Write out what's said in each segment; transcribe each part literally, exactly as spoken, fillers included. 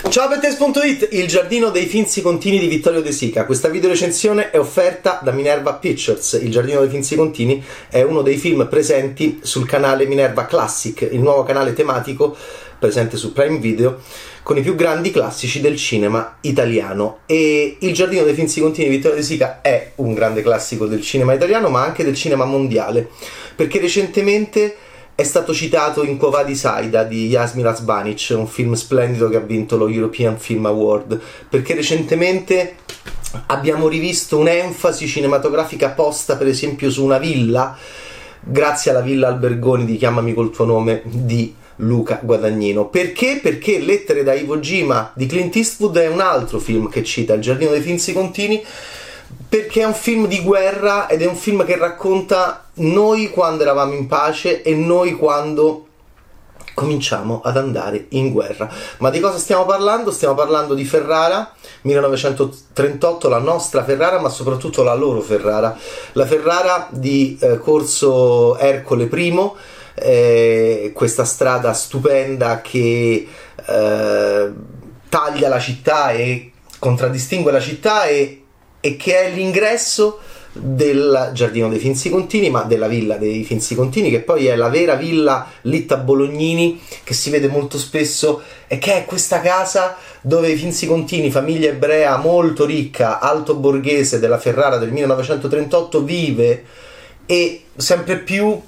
Ciao Bettes punto it, il giardino dei finzi contini di Vittorio De Sica. Questa videorecensione è offerta da Minerva Pictures. Il giardino dei finzi contini è uno dei film presenti sul canale Minerva Classic, il nuovo canale tematico presente su Prime Video con i più grandi classici del cinema italiano. E il giardino dei finzi contini di Vittorio De Sica è un grande classico del cinema italiano, ma anche del cinema mondiale, perché recentemente è stato citato in Quo Vadis Aida di Yasmir Hasbanic, un film splendido che ha vinto lo European Film Award, perché recentemente abbiamo rivisto un'enfasi cinematografica posta per esempio su una villa, grazie alla Villa Albergoni di Chiamami col tuo nome di Luca Guadagnino. Perché? Perché Lettere da Iwo Jima di Clint Eastwood è un altro film che cita il giardino dei finzi contini, perché è un film di guerra ed è un film che racconta noi quando eravamo in pace e noi quando cominciamo ad andare in guerra. Ma di cosa stiamo parlando? Stiamo parlando di Ferrara, millenovecentotrentotto, la nostra Ferrara, ma soprattutto la loro Ferrara, la Ferrara di eh, Corso Ercole I, eh, questa strada stupenda che eh, taglia la città e contraddistingue la città e e che è l'ingresso del giardino dei Finzi Contini, ma della villa dei Finzi Contini, che poi è la vera villa Litta Bolognini, che si vede molto spesso, e che è questa casa dove i Finzi Contini, famiglia ebrea molto ricca, alto borghese della Ferrara del millenovecentotrentotto, vive e sempre più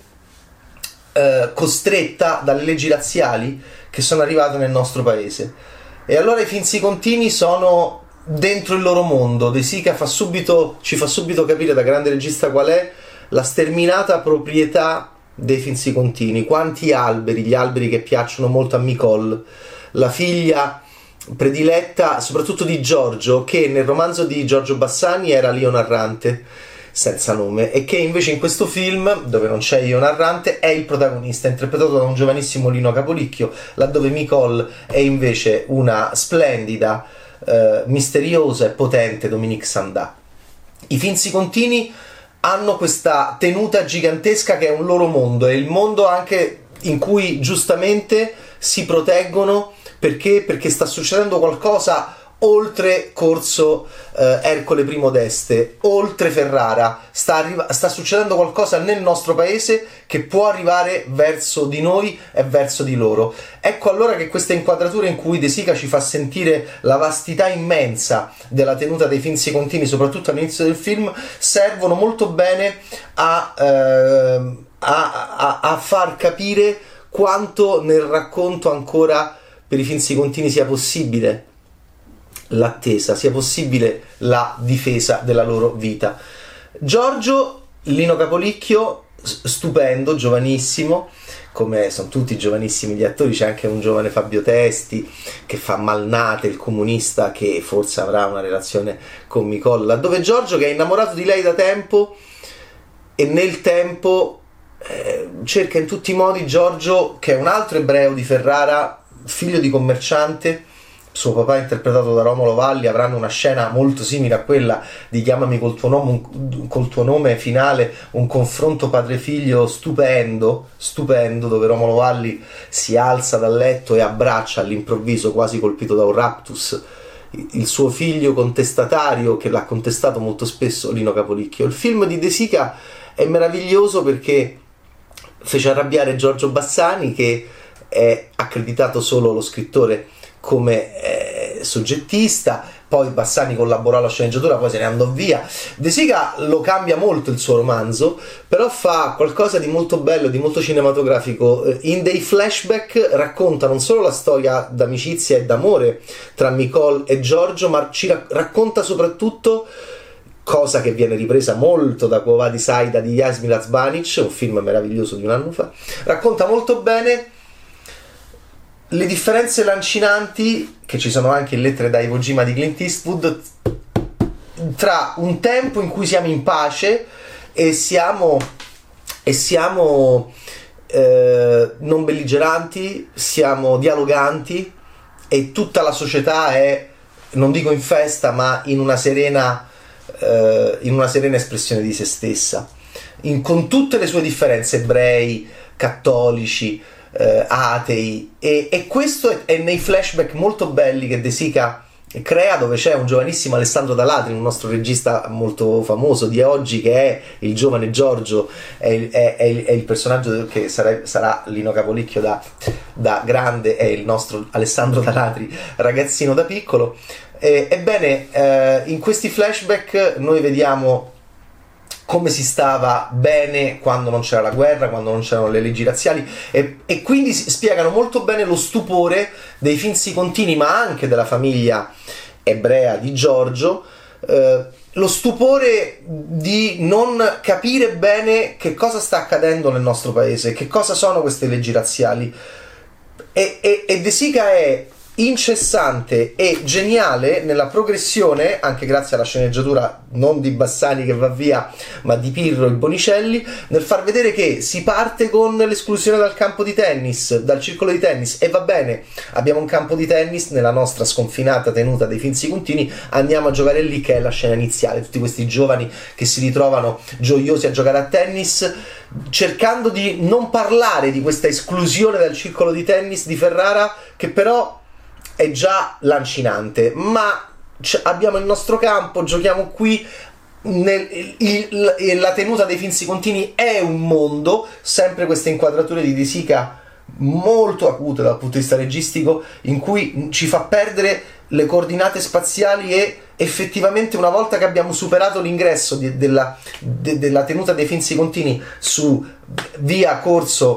eh, costretta dalle leggi razziali che sono arrivate nel nostro paese. E allora i Finzi Contini sono dentro il loro mondo. De Sica fa subito, ci fa subito capire, da grande regista qual è la sterminata proprietà dei Finzi Contini. Quanti alberi, gli alberi che piacciono molto a Nicole, la figlia prediletta soprattutto di Giorgio, che nel romanzo di Giorgio Bassani era l'io narrante senza nome, e che invece in questo film, dove non c'è io narrante, è il protagonista, interpretato da un giovanissimo Lino Capolicchio, laddove Nicole è invece una splendida, Uh, misteriosa e potente Dominique Sanda. I Finzi Contini hanno questa tenuta gigantesca che è un loro mondo, è il mondo anche in cui giustamente si proteggono, perché perché sta succedendo qualcosa oltre Corso eh, Ercole I d'Este, oltre Ferrara, sta, arriva- sta succedendo qualcosa nel nostro paese che può arrivare verso di noi e verso di loro. Ecco allora che questa inquadratura in cui De Sica ci fa sentire la vastità immensa della tenuta dei Finzi Contini, soprattutto all'inizio del film, servono molto bene a, eh, a, a, a far capire quanto nel racconto ancora per i Finzi Contini sia possibile l'attesa, sia possibile la difesa della loro vita. Giorgio, Lino Capolicchio, stupendo, giovanissimo, come sono tutti giovanissimi gli attori. C'è anche un giovane Fabio Testi che fa Malnate, il comunista, che forse avrà una relazione con Micolla, dove Giorgio, che è innamorato di lei da tempo e nel tempo eh, cerca in tutti i modi, Giorgio, che è un altro ebreo di Ferrara, figlio di commerciante, suo papà interpretato da Romolo Valli, avranno una scena molto simile a quella di Chiamami col tuo nome, un, col tuo nome finale, un confronto padre-figlio stupendo, stupendo, dove Romolo Valli si alza dal letto e abbraccia all'improvviso, quasi colpito da un raptus, il suo figlio contestatario, che l'ha contestato molto spesso Lino Capolicchio. Il film di De Sica è meraviglioso perché fece arrabbiare Giorgio Bassani, che è accreditato solo lo scrittore come eh, soggettista. Poi Bassani collaborò alla sceneggiatura, poi se ne andò via. De Sica lo cambia molto il suo romanzo, però fa qualcosa di molto bello, di molto cinematografico. In dei flashback racconta non solo la storia d'amicizia e d'amore tra Nicole e Giorgio, ma ci racconta soprattutto, cosa che viene ripresa molto da Quo Vadis Aida di Yasmir Hasbanic, un film meraviglioso di un anno fa, racconta molto bene le differenze lancinanti, che ci sono anche in Lettere da Iwo Jima di Clint Eastwood, tra un tempo in cui siamo in pace e siamo, e siamo eh, non belligeranti, siamo dialoganti e tutta la società è, non dico in festa, ma in una serena, eh, in una serena espressione di se stessa, in, con tutte le sue differenze, ebrei, cattolici, eh, atei, e, e questo è, è nei flashback molto belli che De Sica crea, dove c'è un giovanissimo Alessandro Dalatri, un nostro regista molto famoso di oggi, che è il giovane Giorgio, è, è, è, il, è il personaggio che sarà, sarà Lino Capolicchio da, da grande, è il nostro Alessandro Dalatri ragazzino da piccolo. Eh, ebbene, eh, in questi flashback noi vediamo come si stava bene quando non c'era la guerra, quando non c'erano le leggi razziali, e, e quindi spiegano molto bene lo stupore dei Finzi Contini, ma anche della famiglia ebrea di Giorgio, eh, lo stupore di non capire bene che cosa sta accadendo nel nostro paese, che cosa sono queste leggi razziali. E, e, e De Sica è incessante e geniale nella progressione, anche grazie alla sceneggiatura non di Bassani che va via, ma di Pirro e Bonicelli, nel far vedere che si parte con l'esclusione dal campo di tennis, dal circolo di tennis, e va bene, abbiamo un campo di tennis nella nostra sconfinata tenuta dei Finzi Contini, andiamo a giocare lì, che è la scena iniziale, tutti questi giovani che si ritrovano gioiosi a giocare a tennis, cercando di non parlare di questa esclusione dal circolo di tennis di Ferrara, che però è già lancinante. Ma abbiamo il nostro campo, giochiamo qui, nel, il, il, la tenuta dei Finzi Contini è un mondo, sempre queste inquadrature di De Sica molto acute dal punto di vista registico, in cui ci fa perdere le coordinate spaziali, e effettivamente una volta che abbiamo superato l'ingresso di, della, de, della tenuta dei Finzi Contini su via Corso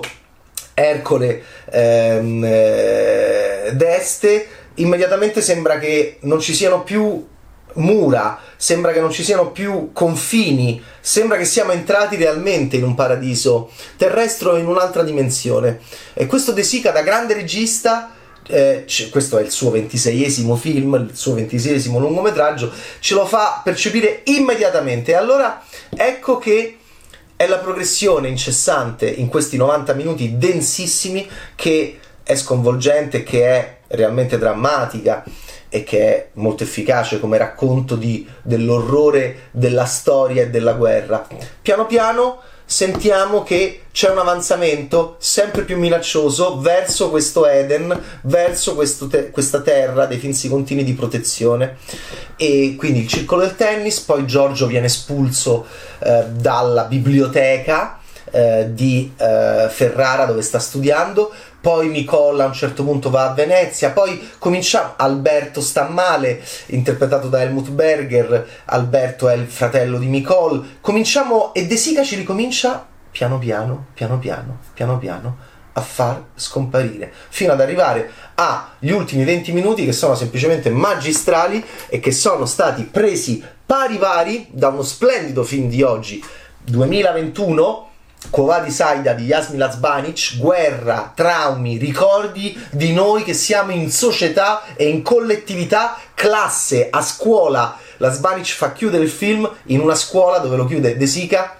Ercole ehm, eh, d'Este, immediatamente sembra che non ci siano più mura, sembra che non ci siano più confini, sembra che siamo entrati realmente in un paradiso terrestre o in un'altra dimensione. E questo De Sica, da grande regista, eh, questo è il suo ventiseiesimo film, il suo ventiseiesimo lungometraggio, ce lo fa percepire immediatamente. E allora ecco che è la progressione incessante in questi novanta minuti densissimi, che è sconvolgente, che è realmente drammatica e che è molto efficace come racconto di, dell'orrore della storia e della guerra. Piano piano sentiamo che c'è un avanzamento sempre più minaccioso verso questo Eden, verso questo te- questa terra dei Finzi Contini di protezione, e quindi il circolo del tennis. Poi Giorgio viene espulso eh, dalla biblioteca eh, di eh, Ferrara, dove sta studiando. Poi Nicola a un certo punto va a Venezia, poi comincia Alberto sta male, interpretato da Helmut Berger. Alberto è il fratello di Nicole. Cominciamo, e De Sica ci ricomincia piano piano, piano piano, piano piano a far scomparire, fino ad arrivare agli ultimi venti minuti, che sono semplicemente magistrali e che sono stati presi pari pari da uno splendido film di oggi, duemilaventuno, Quo Vadis Aida di Jasmine Lazbanic. Guerra, traumi, ricordi di noi che siamo in società e in collettività, classe, a scuola. Lazbanic fa chiudere il film in una scuola, dove lo chiude De Sica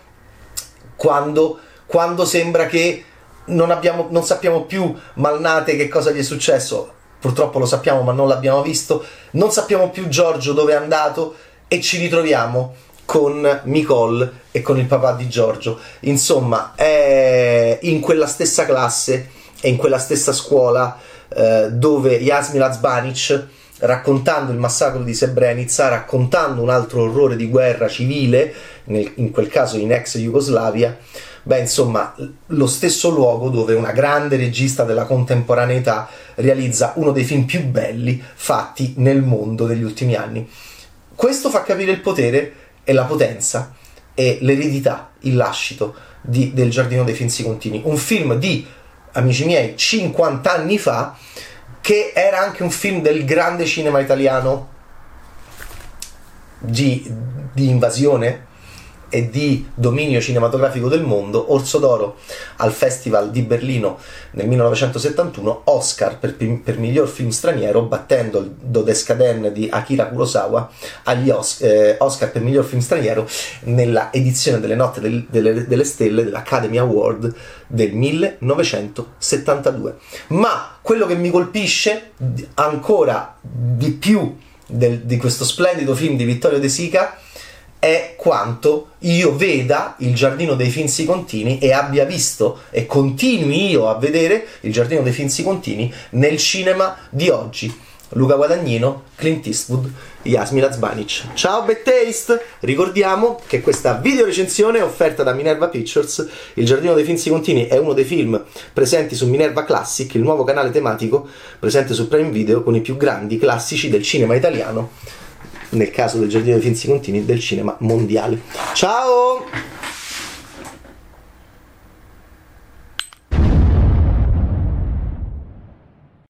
quando, quando sembra che non, abbiamo, non sappiamo più Malnate che cosa gli è successo. Purtroppo lo sappiamo, ma non l'abbiamo visto. Non sappiamo più Giorgio dove è andato, e ci ritroviamo con Nicole e con il papà di Giorgio. Insomma, è in quella stessa classe e in quella stessa scuola eh, dove Jasmine Lazbanic, raccontando il massacro di Srebrenica, raccontando un altro orrore di guerra civile, nel, in quel caso in ex Jugoslavia, beh, insomma, lo stesso luogo dove una grande regista della contemporaneità realizza uno dei film più belli fatti nel mondo degli ultimi anni. Questo fa capire il potere e la potenza e l'eredità, il lascito di, del Giardino dei Finzi Contini. Un film di, amici miei, cinquanta anni fa, che era anche un film del grande cinema italiano di, di invasione e di dominio cinematografico del mondo. Orso d'Oro al Festival di Berlino nel millenovecentosettantuno, Oscar per, per miglior film straniero, battendo il Dodescaden di Akira Kurosawa agli Oscar, eh, Oscar per miglior film straniero nella edizione delle Notte del, delle, delle Stelle dell'Academy Award del millenovecentosettantadue. Ma quello che mi colpisce ancora di più del, di questo splendido film di Vittorio De Sica è quanto io veda Il Giardino dei Finzi Contini e abbia visto e continui io a vedere Il Giardino dei Finzi Contini nel cinema di oggi. Luca Guadagnino, Clint Eastwood, Yasmina Zbanic. Ciao Bad Taste! Ricordiamo che questa video recensione è offerta da Minerva Pictures. Il Giardino dei Finzi Contini è uno dei film presenti su Minerva Classic, il nuovo canale tematico presente su Prime Video con i più grandi classici del cinema italiano, nel caso del Giardino dei Finzi Contini del cinema mondiale. Ciao!